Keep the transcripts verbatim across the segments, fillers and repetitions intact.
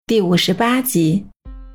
第五十八集。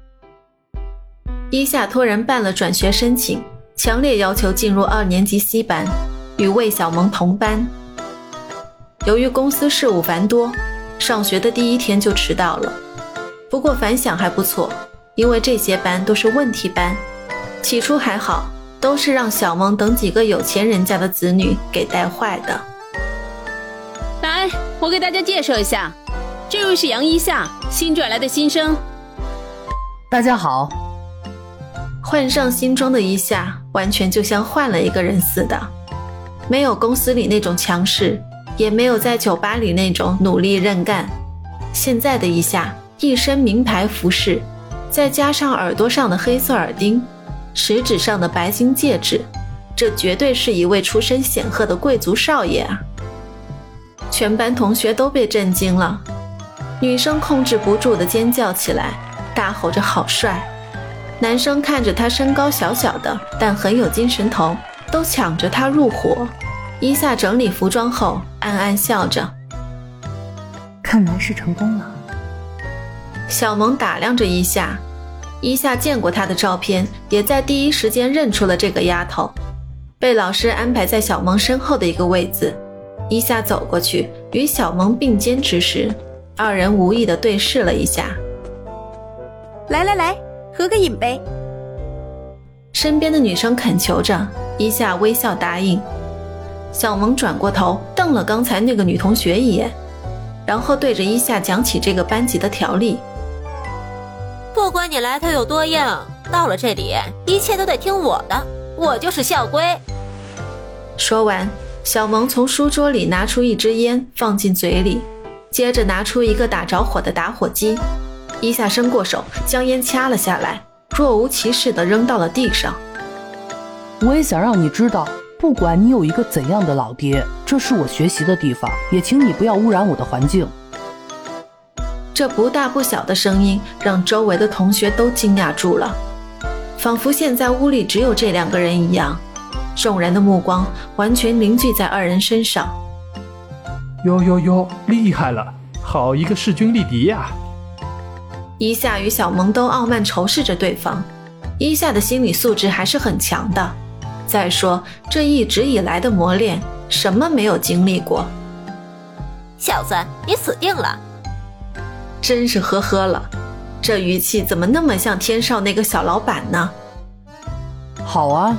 伊夏托人办了转学申请，强烈要求进入二年级 C 班，与魏小萌同班。由于公司事务繁多，上学的第一天就迟到了。不过反响还不错，因为这些班都是问题班，起初还好，都是让小萌等几个有钱人家的子女给带坏的。 来，我给大家介绍一下，这位是杨一夏，新转来的新生。 大家好。 换上新装的一夏，完全就像换了一个人似的，没有公司里那种强势，也没有在酒吧里那种努力认干。现在的一夏，一身名牌服饰，再加上耳朵上的黑色耳钉，食指上的白金戒指，这绝对是一位出身显赫的贵族少爷啊！全班同学都被震惊了，女生控制不住地尖叫起来，大吼着好帅。男生看着他身高小小的，但很有精神头，都抢着他入伙。伊夏整理服装后暗暗笑着， 看来是成功了。 小萌打量着伊夏，伊夏见过她的照片，也在第一时间认出了这个丫头，被老师安排在小萌身后的一个位子。伊夏走过去与小萌并肩之时，二人无意地对视了一下。 来来来，合个影呗。 身边的女生恳求着，伊夏微笑答应。小萌转过头瞪了刚才那个女同学一眼，然后对着伊夏讲起这个班级的条例。 不管你来头有多硬，到了这里一切都得听我的，我就是校规。 说完，小萌从书桌里拿出一支烟放进嘴里，接着拿出一个打着火的打火机。伊夏伸过手将烟掐了下来，若无其事地扔到了地上。 我也想让你知道，不管你有一个怎样的老爹，这是我学习的地方，也请你不要污染我的环境。 这不大不小的声音让周围的同学都惊讶住了，仿佛现在屋里只有这两个人一样，众人的目光完全凝聚在二人身上。 哟哟哟，厉害了，好一个势均力敌呀！ 伊夏与小萌都傲慢仇视着对方，伊夏的心理素质还是很强的，再说这一直以来的磨练，什么没有经历过。 小子，你死定了！ 真是呵呵了，这语气怎么那么像天少那个小老板呢？ 好啊。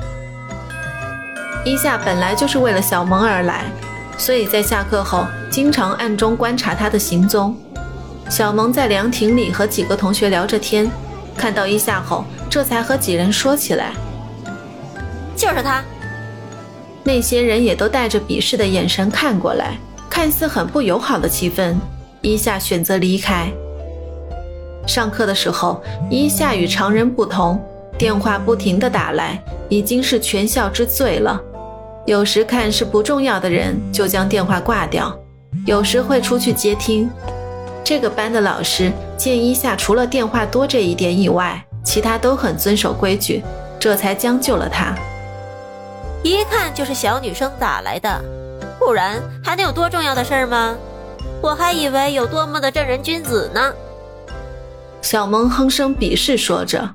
伊夏本来就是为了小萌而来，所以在下课后经常暗中观察她的行踪。小萌在凉亭里和几个同学聊着天，看到伊夏后，这才和几人说起来。 就是他。 那些人也都带着鄙视的眼神看过来，看似很不友好的气氛，伊夏选择离开。上课的时候，伊夏与常人不同，电话不停地打来，已经是全校之最了。有时看是不重要的人，就将电话挂掉，有时会出去接听。这个班的老师见伊夏除了电话多这一点以外，其他都很遵守规矩，这才将就了他。 一看就是小女生打来的，不然还能有多重要的事吗？我还以为有多么的正人君子呢。 小萌哼声鄙视说着。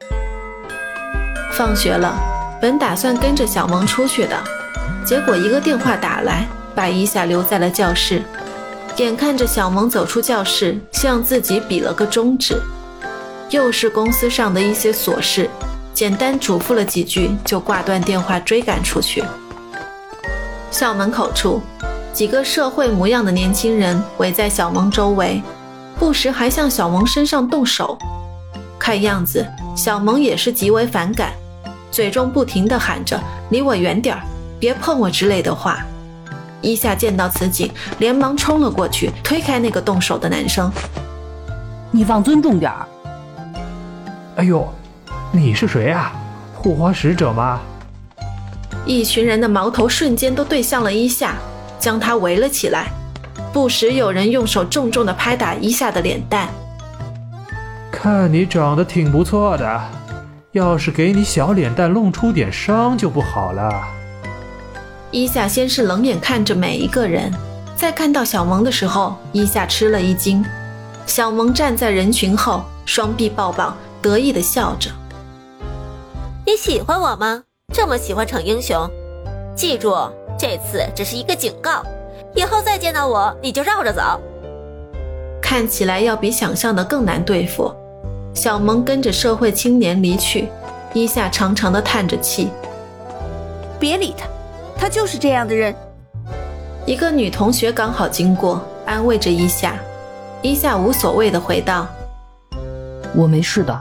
放学了，本打算跟着小萌出去的，结果一个电话打来，把伊夏留在了教室。眼看着小萌走出教室，向自己比了个中指，又是公司上的一些琐事，简单嘱咐了几句就挂断电话追赶出去。校门口处，几个社会模样的年轻人围在小萌周围，不时还向小萌身上动手。看样子小萌也是极为反感，嘴中不停地喊着离我远点儿，别碰我之类的话。伊夏见到此景，连忙冲了过去，推开那个动手的男生。 你放尊重点儿。 哎呦，你是谁啊？护花使者吗？ 一群人的矛头瞬间都对向了伊夏，将他围了起来，不时有人用手重重地拍打伊夏的脸蛋。 看你长得挺不错的，要是给你小脸蛋弄出点伤就不好了。 伊夏先是冷眼看着每一个人，在看到小萌的时候，伊夏吃了一惊， 小萌站在人群后，双臂抱抱，得意地笑着。 你喜欢我吗？这么喜欢逞英雄？记住，这次只是一个警告，以后再见到我你就绕着走。 看起来要比想象的更难对付。小萌跟着社会青年离去，伊夏长长的叹着气。 别理他，他就是这样的人。 一个女同学刚好经过，安慰着伊夏。伊夏无所谓的回道： 我没事的。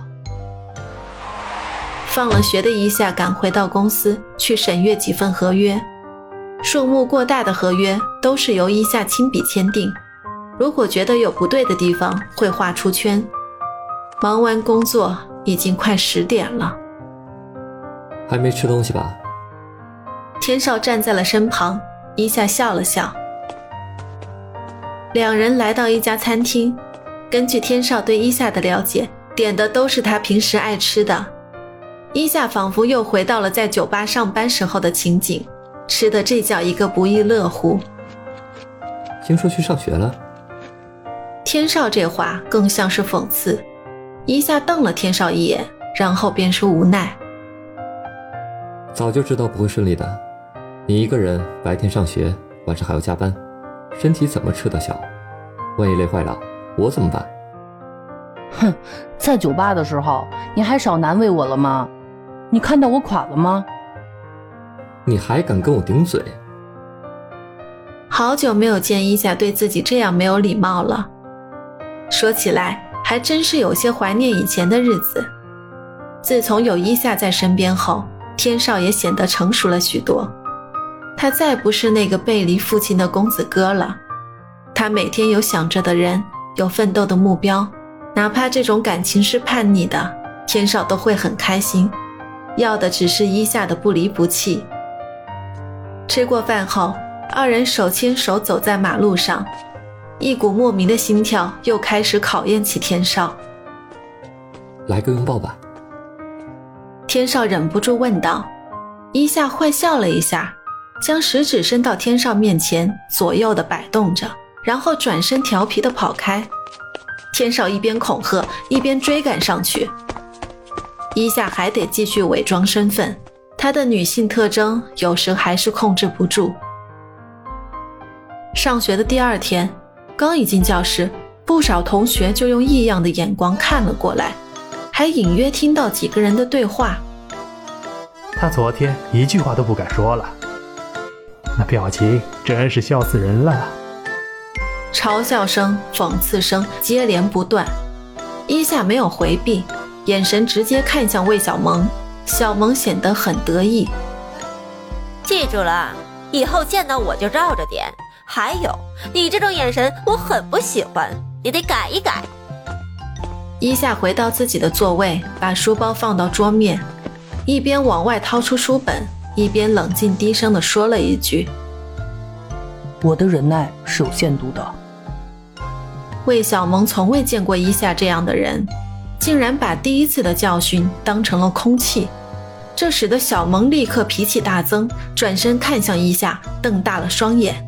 放了学的伊夏赶回到公司去审阅几份合约，数目过大的合约都是由伊夏亲笔签订，如果觉得有不对的地方会画出圈。忙完工作已经快十点了。 还没吃东西吧？ 天少站在了身旁，伊夏笑了笑。两人来到一家餐厅，根据天少对伊夏的了解，点的都是他平时爱吃的。伊夏仿佛又回到了在酒吧上班时候的情景，吃的这叫一个不亦乐乎。 听说去上学了？ 天少这话更像是讽刺。伊夏瞪了天少一眼，然后便是无奈。 早就知道不会顺利的，你一个人白天上学，晚上还要加班，身体怎么吃得消？万一累坏了，我怎么办？ 哼，在酒吧的时候你还少难为我了吗？你看到我垮了吗？ 你还敢跟我顶嘴？ 好久没有见伊夏对自己这样没有礼貌了。说起来还真是有些怀念以前的日子。自从有伊夏在身边后，天少也显得成熟了许多。他再不是那个背离父亲的公子哥了。他每天有想着的人，有奋斗的目标，哪怕这种感情是叛逆的，天少都会很开心，要的只是伊夏的不离不弃。吃过饭后，二人手牵手走在马路上，一股莫名的心跳又开始考验起天少。 来个拥抱吧。 天少忍不住问道。伊夏坏笑了一下，将食指伸到天少面前，左右的摆动着，然后转身调皮的跑开。天少一边恐吓一边追赶上去。伊夏还得继续伪装身份，她的女性特征有时还是控制不住。上学的第二天，刚一进教室，不少同学就用异样的眼光看了过来，还隐约听到几个人的对话。 他昨天一句话都不敢说了，那表情真是笑死人了。 嘲笑声、讽刺声接连不断。伊夏没有回避，眼神直接看向魏小萌，小萌显得很得意。 记住了，以后见到我就绕着点。还有，你这种眼神我很不喜欢，你得改一改。 伊夏回到自己的座位，把书包放到桌面，一边往外掏出书本，一边冷静低声地说了一句： 我的忍耐是有限度的。 魏小萌从未见过伊夏这样的人，竟然把第一次的教训当成了空气，这使得小萌立刻脾气大增，转身看向伊夏，瞪大了双眼。